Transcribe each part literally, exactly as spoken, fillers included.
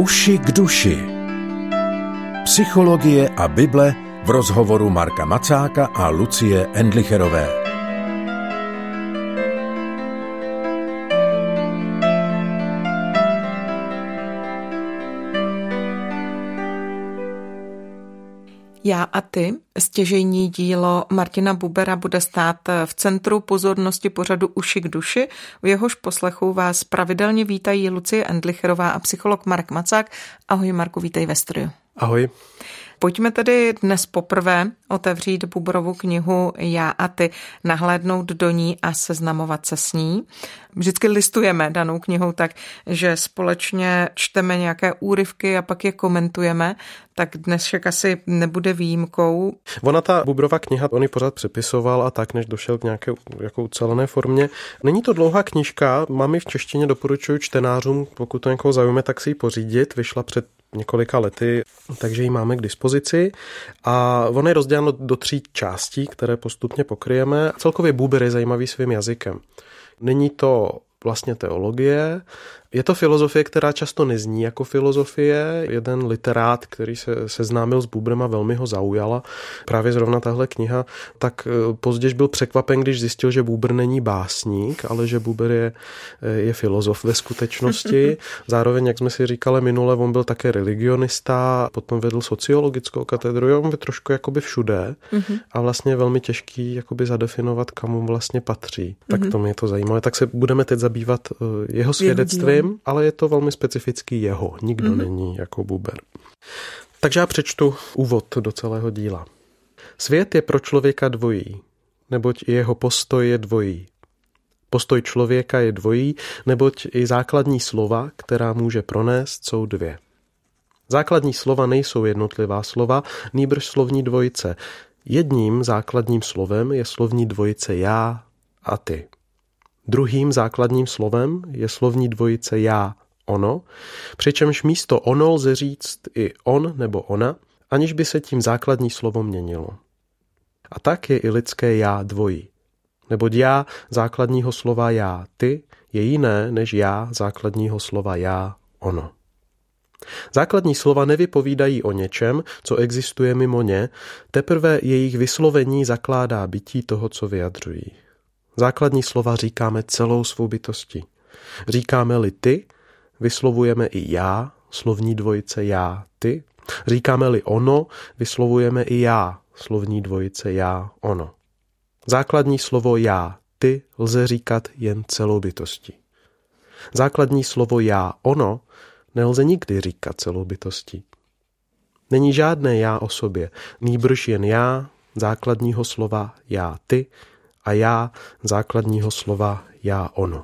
Uši k duši. Psychologie a Bible v rozhovoru Marka Macáka a Lucie Endlicherové. Já a ty, stěžejní dílo Martina Bubera, bude stát v centru pozornosti pořadu Uši k duši. U jehož poslechu vás pravidelně vítají Lucie Endlicherová a psycholog Mark Macák. Ahoj Marku, vítej ve studiu. Ahoj. Pojďme tedy dnes poprvé otevřít Buberovu knihu Já a ty, nahlédnout do ní a seznamovat se s ní. Vždycky listujeme danou knihou tak, že společně čteme nějaké úryvky a pak je komentujeme, tak dnešek asi nebude výjimkou. Ona ta Buberova kniha, on ji pořád přepisoval a tak, než došel k nějaké jako ucelené formě. Není to dlouhá knížka, mám ji v češtině, doporučuji čtenářům, pokud to někoho zaujme, tak si ji pořídit. Vyšla před několika lety, takže ji máme k dispozici. A on je rozděleno do tří částí, které postupně pokryjeme. Celkově Buber je zajímavý svým jazykem. Není to vlastně teologie, je to filozofie, která často nezní jako filozofie. Jeden literát, který se seznámil s Buberem a velmi ho zaujala, právě zrovna tahle kniha, tak později byl překvapen, když zjistil, že Buber není básník, ale že Buber je, je filozof ve skutečnosti. Zároveň, jak jsme si říkali minule, on byl také religionista, potom vedl sociologickou katedru, on byl trošku jakoby všude a vlastně je velmi těžký jakoby zadefinovat, kam mu vlastně patří. Tak to mě to zajímavé. Tak se budeme teď zabývat jeho svědectvím, ale je to velmi specifický jeho. Nikdo mm-hmm. není jako Buber. Takže já přečtu úvod do celého díla. Svět je pro člověka dvojí, neboť i jeho postoj je dvojí. Postoj člověka je dvojí, neboť i základní slova, která může pronést, jsou dvě. Základní slova nejsou jednotlivá slova, nýbrž slovní dvojice. Jedním základním slovem je slovní dvojice já a ty. Druhým základním slovem je slovní dvojice já, ono, přičemž místo ono lze říct i on nebo ona, aniž by se tím základní slovo měnilo. A tak je i lidské já dvojí. Neboť já základního slova já, ty je jiné než já základního slova já, ono. Základní slova nevypovídají o něčem, co existuje mimo ně, teprve jejich vyslovení zakládá bytí toho, co vyjadřují. Základní slova říkáme celou svou bytostí. Říkáme-li ty, vyslovujeme i já, slovní dvojice já, ty. Říkáme-li ono, vyslovujeme i já, slovní dvojice já, ono. Základní slovo já, ty lze říkat jen celou bytostí. Základní slovo já, ono nelze nikdy říkat celou bytostí. Není žádné já o sobě, nýbrž jen já, základního slova já, ty, a já základního slova já ono.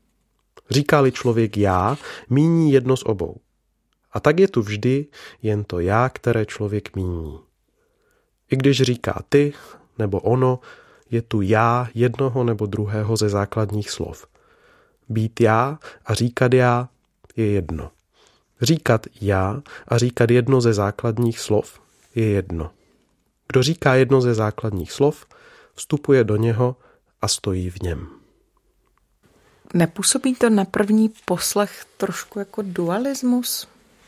Říká-li člověk já, míní jedno z obou. A tak je tu vždy jen to já, které člověk míní. I když říká ty nebo ono, je tu já jednoho nebo druhého ze základních slov. Být já a říkat já je jedno. Říkat já a říkat jedno ze základních slov je jedno. Kdo říká jedno ze základních slov, vstupuje do něho a stojí v něm. Nepůsobí to na první poslech trošku jako dualismus?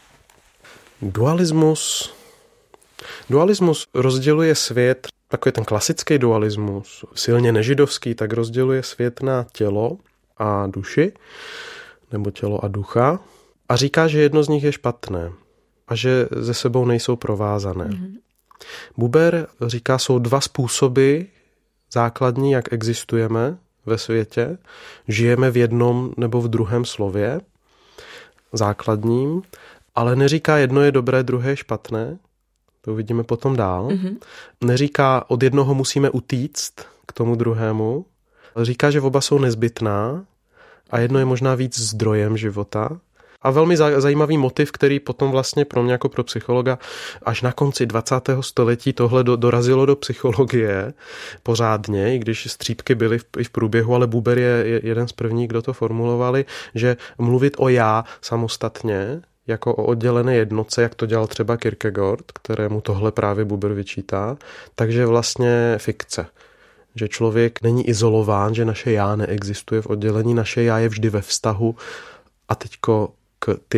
Dualismus... Dualismus rozděluje svět, takový ten klasický dualismus, silně nežidovský, tak rozděluje svět na tělo a duši, nebo tělo a ducha, a říká, že jedno z nich je špatné a že ze sebou nejsou provázané. Mm-hmm. Buber říká, jsou dva způsoby základní, jak existujeme ve světě. Žijeme v jednom nebo v druhém slově, základním, ale neříká jedno je dobré, druhé je špatné. To uvidíme potom dál. Mm-hmm. Neříká od jednoho musíme utíct k tomu druhému. Říká, že oba jsou nezbytná a jedno je možná víc zdrojem života. A velmi zajímavý motiv, který potom vlastně pro mě jako pro psychologa až na konci dvacátého století tohle do, dorazilo do psychologie pořádně, i když střípky byly v, i v průběhu, ale Buber je, je jeden z prvních, kdo to formulovali, že mluvit o já samostatně, jako o oddělené jednotce, jak to dělal třeba Kierkegaard, kterému tohle právě Buber vyčítá, takže vlastně fikce. Že člověk není izolován, že naše já neexistuje v oddělení, naše já je vždy ve vztahu a teďko k ty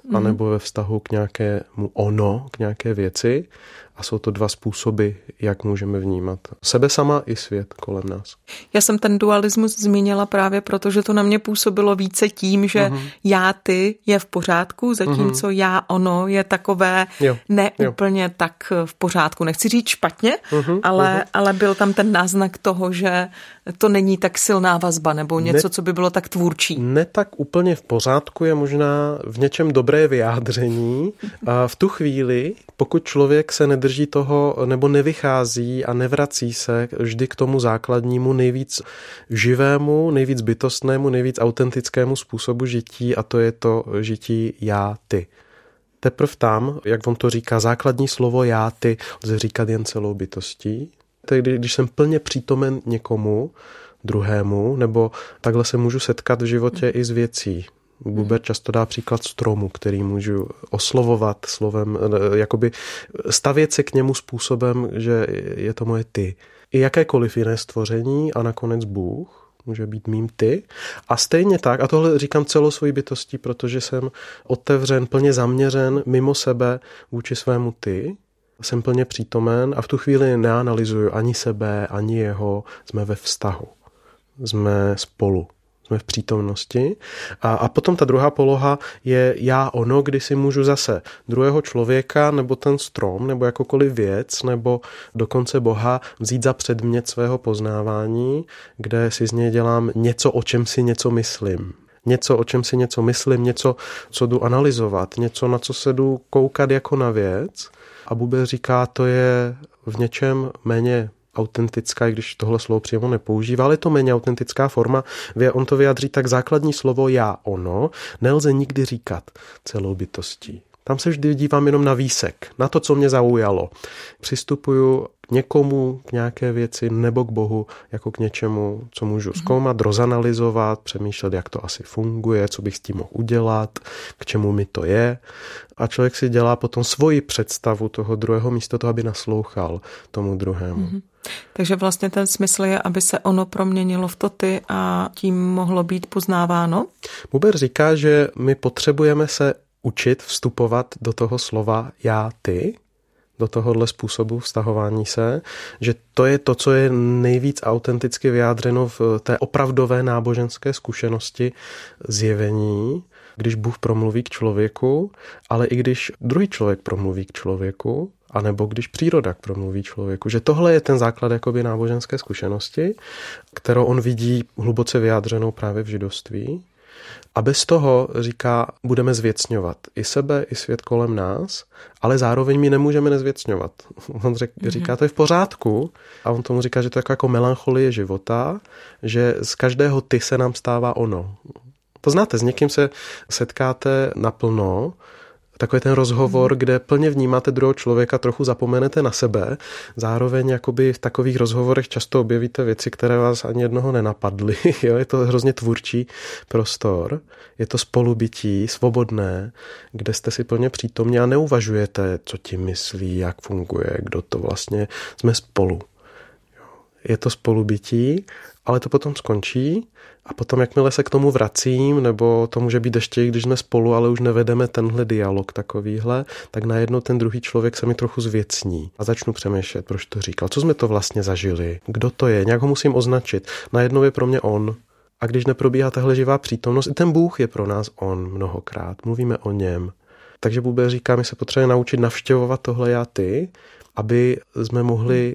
mm. anebo ve vztahu k nějakému ono, k nějaké věci. A jsou to dva způsoby, jak můžeme vnímat sebe sama i svět kolem nás. Já jsem ten dualismus zmínila právě proto, že to na mě působilo více tím, že uh-huh. já, ty je v pořádku, zatímco uh-huh. já, ono je takové jo. ne jo. úplně tak v pořádku. Nechci říct špatně, uh-huh. ale, uh-huh. ale byl tam ten náznak toho, že to není tak silná vazba nebo něco, ne, co by bylo tak tvůrčí. Ne tak úplně v pořádku je možná v něčem dobré vyjádření. A v tu chvíli, pokud člověk se nedrží toho nebo nevychází a nevrací se vždy k tomu základnímu, nejvíc živému, nejvíc bytostnému, nejvíc autentickému způsobu žití, a to je to žití já, ty. Teprv tam, jak on to říká, základní slovo já, ty lze říkat jen celou bytostí. Tedy když jsem plně přítomen někomu druhému, nebo takhle se můžu setkat v životě i s věcí. Buber často dá příklad stromu, který můžu oslovovat slovem, jakoby stavět se k němu způsobem, že je to moje ty. I jakékoliv jiné stvoření a nakonec Bůh může být mým ty. A stejně tak, a tohle říkám celou svojí bytostí, protože jsem otevřen, plně zaměřen mimo sebe vůči svému ty, jsem plně přítomen a v tu chvíli neanalyzuju ani sebe, ani jeho, jsme ve vztahu, jsme spolu. Jsme v přítomnosti. A, a potom ta druhá poloha je já ono, kdy si můžu zase druhého člověka, nebo ten strom, nebo jakokoliv věc, nebo dokonce Boha vzít za předmět svého poznávání, kde si z něj dělám něco, o čem si něco myslím. Něco, o čem si něco myslím, něco, co jdu analyzovat, něco, na co se jdu koukat jako na věc. A Buber říká, to je v něčem méně autentická, i když tohle slovo přímo nepoužívá, ale je to méně autentická forma. On to vyjadří tak základní slovo já, ono, nelze nikdy říkat celou bytostí. Tam se vždy dívám jenom na výsek, na to, co mě zaujalo. Přistupuju k někomu, k nějaké věci nebo k Bohu jako k něčemu, co můžu zkoumat, rozanalyzovat, přemýšlet, jak to asi funguje, co bych s tím mohl udělat, k čemu mi to je. A člověk si dělá potom svoji představu toho druhého místo toho, aby naslouchal tomu druhému. Mm-hmm. Takže vlastně ten smysl je, aby se ono proměnilo v to ty a tím mohlo být poznáváno? Buber říká, že my potřebujeme se učit vstupovat do toho slova já, ty, do tohohle způsobu vztahování se, že to je to, co je nejvíc autenticky vyjádřeno v té opravdové náboženské zkušenosti zjevení, když Bůh promluví k člověku, ale i když druhý člověk promluví k člověku, anebo když příroda promluví člověku. Že tohle je ten základ jakoby náboženské zkušenosti, kterou on vidí hluboce vyjádřenou právě v židovství. A bez toho, říká, budeme zvěcňovat i sebe, i svět kolem nás, ale zároveň my nemůžeme nezvěcňovat. On řek, mm-hmm. říká, to je v pořádku a on tomu říká, že to je jako, jako melancholie života, že z každého ty se nám stává ono. To znáte, s někým se setkáte naplno, takový ten rozhovor, kde plně vnímáte druhého člověka, trochu zapomenete na sebe. Zároveň jakoby v takových rozhovorech často objevíte věci, které vás ani jednoho nenapadly. Jo? Je to hrozně tvůrčí prostor. Je to spolubytí, svobodné, kde jste si plně přítomní a neuvažujete, co tím myslí, jak funguje, kdo to vlastně, jsme spolu. Jo? Je to spolubytí, ale to potom skončí a potom, jakmile se k tomu vracím, nebo to může být ještě, když jsme spolu, ale už nevedeme tenhle dialog takovýhle, tak najednou ten druhý člověk se mi trochu zvěcní a začnu přemýšlet, proč to říkal, co jsme to vlastně zažili, kdo to je, nějak ho musím označit. Najednou je pro mě on. A když neprobíhá tahle živá přítomnost, i ten Bůh je pro nás on mnohokrát, mluvíme o něm. Takže Buber říká, my se potřebujeme naučit navštěvovat tohle já ty, aby jsme mohli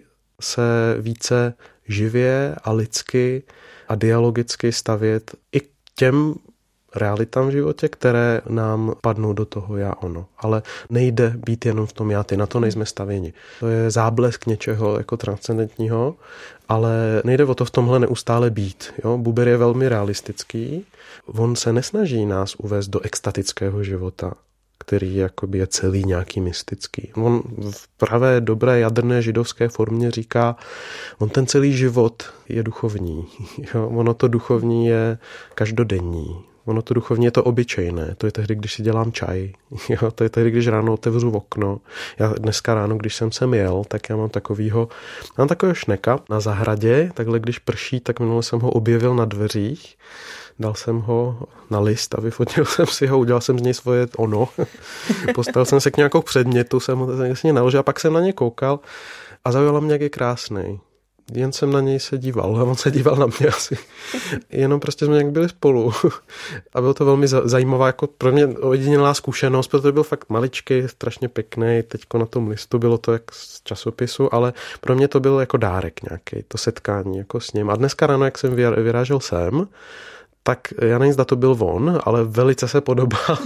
se více živě a lidsky a dialogicky stavět i k těm realitám v životě, které nám padnou do toho já ono. Ale nejde být jenom v tom já ty, na to nejsme stavěni. To je záblesk něčeho jako transcendentního, ale nejde o to v tomhle neustále být. Jo? Buber je velmi realistický. On se nesnaží nás uvést do extatického života, který jakoby je celý nějaký mystický. On v pravé, dobré, jadrné židovské formě říká, on ten celý život je duchovní. Jo? Ono to duchovní je každodenní. Ono to duchovní je to obyčejné, to je tehdy, když si dělám čaj, jo? To je tehdy, když ráno otevřu okno. Já dneska ráno, když jsem sem jel, tak já mám takovýho, mám takového šneka na zahradě, takhle když prší, tak minule jsem ho objevil na dveřích, dal jsem ho na list a vyfotil jsem si ho, udělal jsem z něj svoje ono, postavil jsem se k nějakou předmětu, jsem ho jasně naložil a pak jsem na ně koukal a zaujalo mě, jak je krásnej. Jen jsem na něj se díval a on se díval na mě asi. Jenom prostě jsme nějak byli spolu. A bylo to velmi zajímavá, jako pro mě ojedinělá zkušenost, protože byl fakt maličký, strašně pěkný. Teďko na tom listu bylo to jak z časopisu, ale pro mě to bylo jako dárek nějaký, to setkání jako s ním. A dneska ráno, jak jsem vyrážel sem, tak já nevím, zda to byl on, ale velice se podobal.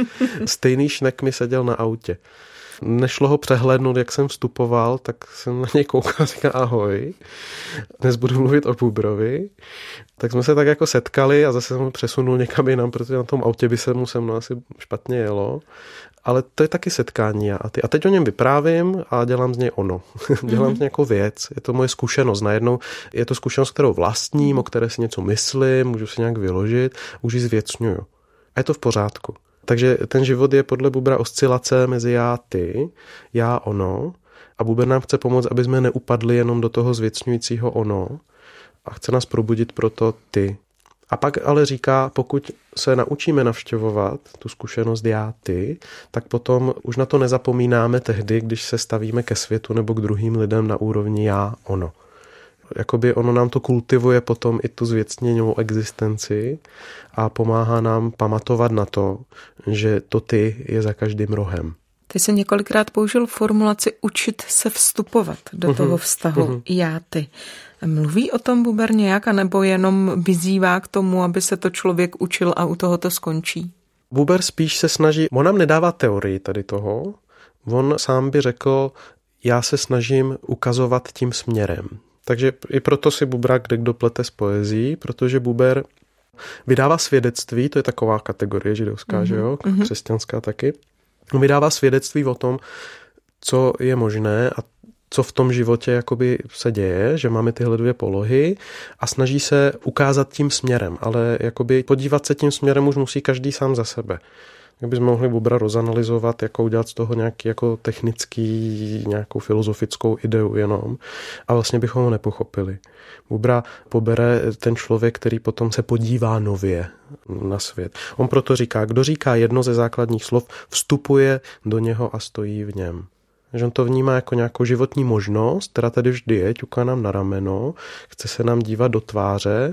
Stejný šnek mi seděl na autě. Nešlo ho přehlédnout, jak jsem vstupoval, tak jsem na něj koukal a říkal ahoj, dnes budu mluvit o Bubrovi. Tak jsme se tak jako setkali a zase jsem ho přesunul někam jinam, protože na tom autě by se mu se mnou asi špatně jelo. Ale to je taky setkání a ty. A teď o něm vyprávím a dělám z něj ono. dělám z něj jako věc. Je to moje zkušenost. Najednou je to zkušenost, kterou vlastním, o které si něco myslím, můžu si nějak vyložit, už ji zvěcňuju. A je to v pořádku. Takže ten život je podle Bubra oscilace mezi já, ty, já, ono. A Buber nám chce pomoct, aby jsme neupadli jenom do toho zvěcňujícího ono. A chce nás probudit proto ty. A pak ale říká, pokud se naučíme navštěvovat tu zkušenost já, ty, tak potom už na to nezapomínáme tehdy, když se stavíme ke světu nebo k druhým lidem na úrovni já, ono. Jakoby ono nám to kultivuje potom i tu zvěcněnou existenci a pomáhá nám pamatovat na to, že to ty je za každým rohem. Ty jsi několikrát použil formulaci učit se vstupovat do uh-huh. toho vztahu uh-huh. já, ty. Mluví o tom Buber nějak, anebo jenom vyzývá k tomu, aby se to člověk učil a u toho to skončí? Buber spíš se snaží, on nám nedává teorii tady toho, on sám by řekl, já se snažím ukazovat tím směrem. Takže i proto si Bubra kdekdo plete s poezí, protože Buber vydává svědectví, to je taková kategorie židovská, mm-hmm. že jo, křesťanská taky. On vydává svědectví o tom, co je možné a co v tom životě jakoby se děje, že máme tyhle dvě polohy a snaží se ukázat tím směrem, ale jakoby podívat se tím směrem už musí každý sám za sebe. Jak bychom mohli Bubra rozanalyzovat, jako udělat z toho nějaký jako technický, nějakou filozofickou ideu jenom a vlastně bychom ho nepochopili. Bubra pobere ten člověk, který potom se podívá nově na svět. On proto říká, kdo říká jedno ze základních slov, vstupuje do něho a stojí v něm. Že on to vnímá jako nějakou životní možnost, která tady vždy je, ťuká nám na rameno, chce se nám dívat do tváře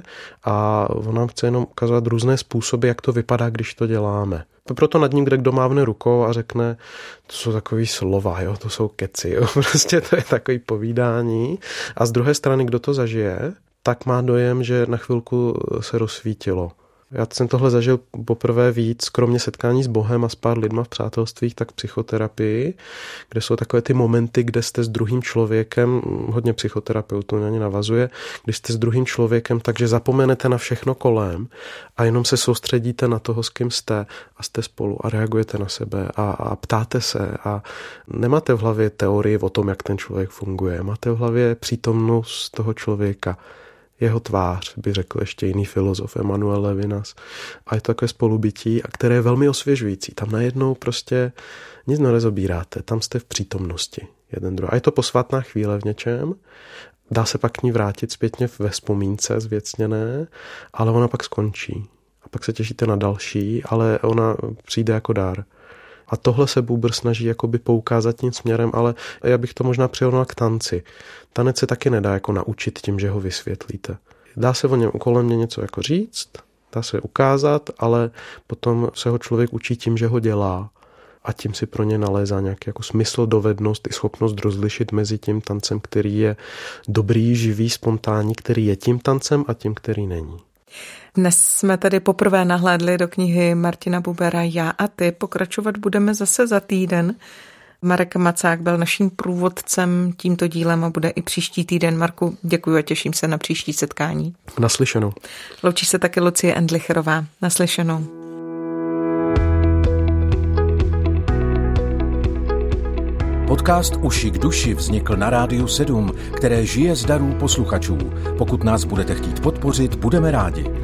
a on nám chce jenom ukazovat různé způsoby, jak to vypadá, když to děláme. Proto nad ním kdekdo mávne rukou a řekne, to jsou takový slova, jo, to jsou keci, jo, prostě to je takový povídání. A z druhé strany, kdo to zažije, tak má dojem, že na chvilku se rozsvítilo. Já jsem tohle zažil poprvé víc, kromě setkání s Bohem a s pár lidma v přátelstvích, tak psychoterapii, kde jsou takové ty momenty, kde jste s druhým člověkem, hodně psychoterapeutů na ně navazuje, když jste s druhým člověkem, takže zapomenete na všechno kolem a jenom se soustředíte na toho, s kým jste a jste spolu a reagujete na sebe a, a ptáte se a nemáte v hlavě teorii o tom, jak ten člověk funguje, máte v hlavě přítomnost toho člověka. Jeho tvář, by řekl ještě jiný filozof Emanuel Levinas. A je to takové spolubytí, a které je velmi osvěžující. Tam najednou prostě nic nerozobíráte, tam jste v přítomnosti jeden druhý. A je to posvátná chvíle v něčem, dá se pak k ní vrátit zpětně ve vzpomínce zvěcněné, ale ona pak skončí. A pak se těšíte na další, ale ona přijde jako dár. A tohle se Buber snaží jakoby poukázat tím směrem, ale já bych to možná přirovnal k tanci. Tanec se taky nedá jako naučit tím, že ho vysvětlíte. Dá se o něm kolem mě něco jako říct, dá se ukázat, ale potom se ho člověk učí tím, že ho dělá. A tím si pro ně nalézá nějaký jako smysl, dovednost i schopnost rozlišit mezi tím tancem, který je dobrý, živý, spontánní, který je tím tancem a tím, který není. Dnes jsme tady poprvé nahlédli do knihy Martina Bubera Já a ty. Pokračovat budeme zase za týden. Marek Macák byl naším průvodcem tímto dílem a bude i příští týden. Marku, děkuji a těším se na příští setkání. Naslyšenou. Loučí se taky Lucie Endlicherová. Naslyšenou. Podcast Uši k duši vznikl na Rádiu sedm, které žije z darů posluchačů. Pokud nás budete chtít podpořit, budeme rádi.